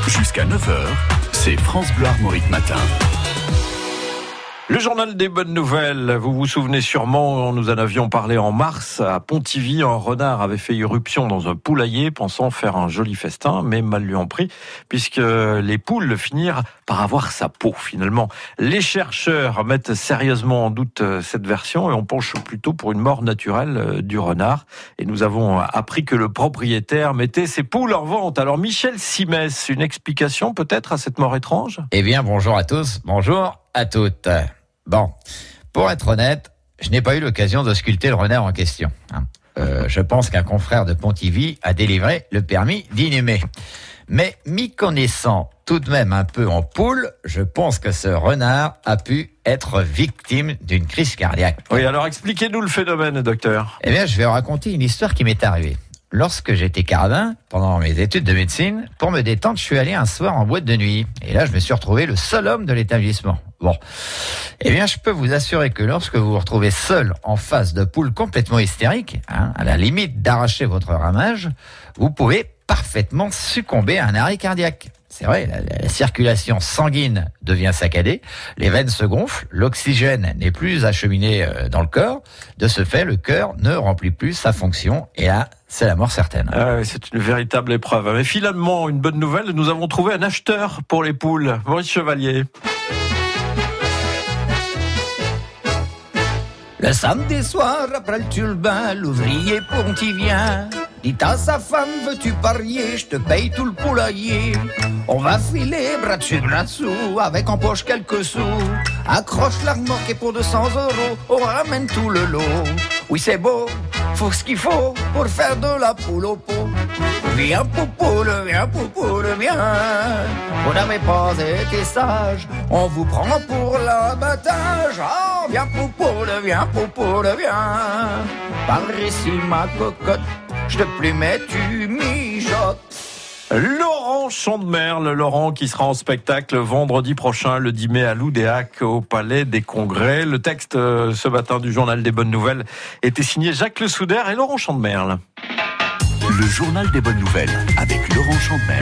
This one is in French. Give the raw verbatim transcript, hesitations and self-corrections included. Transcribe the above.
Jusqu'à neuf heures, c'est France Bleu Armorique Matin. Le journal des bonnes nouvelles, vous vous souvenez sûrement, nous en avions parlé en mars à Pontivy. Un renard avait fait irruption dans un poulailler, pensant faire un joli festin, mais mal lui en prit, puisque les poules finirent par avoir sa peau finalement. Les chercheurs mettent sérieusement en doute cette version et on penche plutôt pour une mort naturelle du renard. Et nous avons appris que le propriétaire mettait ses poules en vente. Alors Michel Simès, une explication peut-être à cette mort étrange ? Eh bien, bonjour à tous, bonjour à toutes. Bon, pour être honnête, je n'ai pas eu l'occasion de sculpter le renard en question. Hein. Euh, je pense qu'un confrère de Pontivy a délivré le permis d'inhumer. Mais m'y connaissant tout de même un peu en poule, je pense que ce renard a pu être victime d'une crise cardiaque. Oui, alors expliquez-nous le phénomène, docteur. Eh bien, je vais vous raconter une histoire qui m'est arrivée. Lorsque j'étais carabin, pendant mes études de médecine, pour me détendre, je suis allé un soir en boîte de nuit. Et là, je me suis retrouvé le seul homme de l'établissement. Bon. Eh bien, je peux vous assurer que lorsque vous vous retrouvez seul en face de poules complètement hystériques, hein, à la limite d'arracher votre ramage, vous pouvez parfaitement succomber à un arrêt cardiaque. C'est vrai, la, la circulation sanguine devient saccadée, les veines se gonflent, l'oxygène n'est plus acheminé dans le corps. De ce fait, le cœur ne remplit plus sa fonction et là, c'est la mort certaine. Ah oui, c'est une véritable épreuve. Mais finalement, une bonne nouvelle, nous avons trouvé un acheteur pour les poules. Maurice Chevalier. Le samedi soir, après le turbin, l'ouvrier pontivien dit à sa femme, veux-tu parier, je te paye tout le poulailler. On va filer bras dessus, bras dessous, avec en poche quelques sous. Accroche la remorque et pour deux cents euros, on ramène tout le lot. Oui, c'est beau, faut ce qu'il faut pour faire de la poule au pot. Viens poupoule, viens poupoule, viens. Vous n'avez pas été sage, on vous prend pour l'abattage. Oh, viens poupoule, viens poupoule, viens. Par ici ma cocotte, je te plumais, tu mijotes. Laurent Chandemerle, Laurent qui sera en spectacle vendredi prochain, le dix mai à Loudéac, au Palais des Congrès. Le texte euh, ce matin du journal des bonnes nouvelles était signé Jacques Le Souder et Laurent Chandemerle. Le journal des bonnes nouvelles avec Laurent Chandemerle.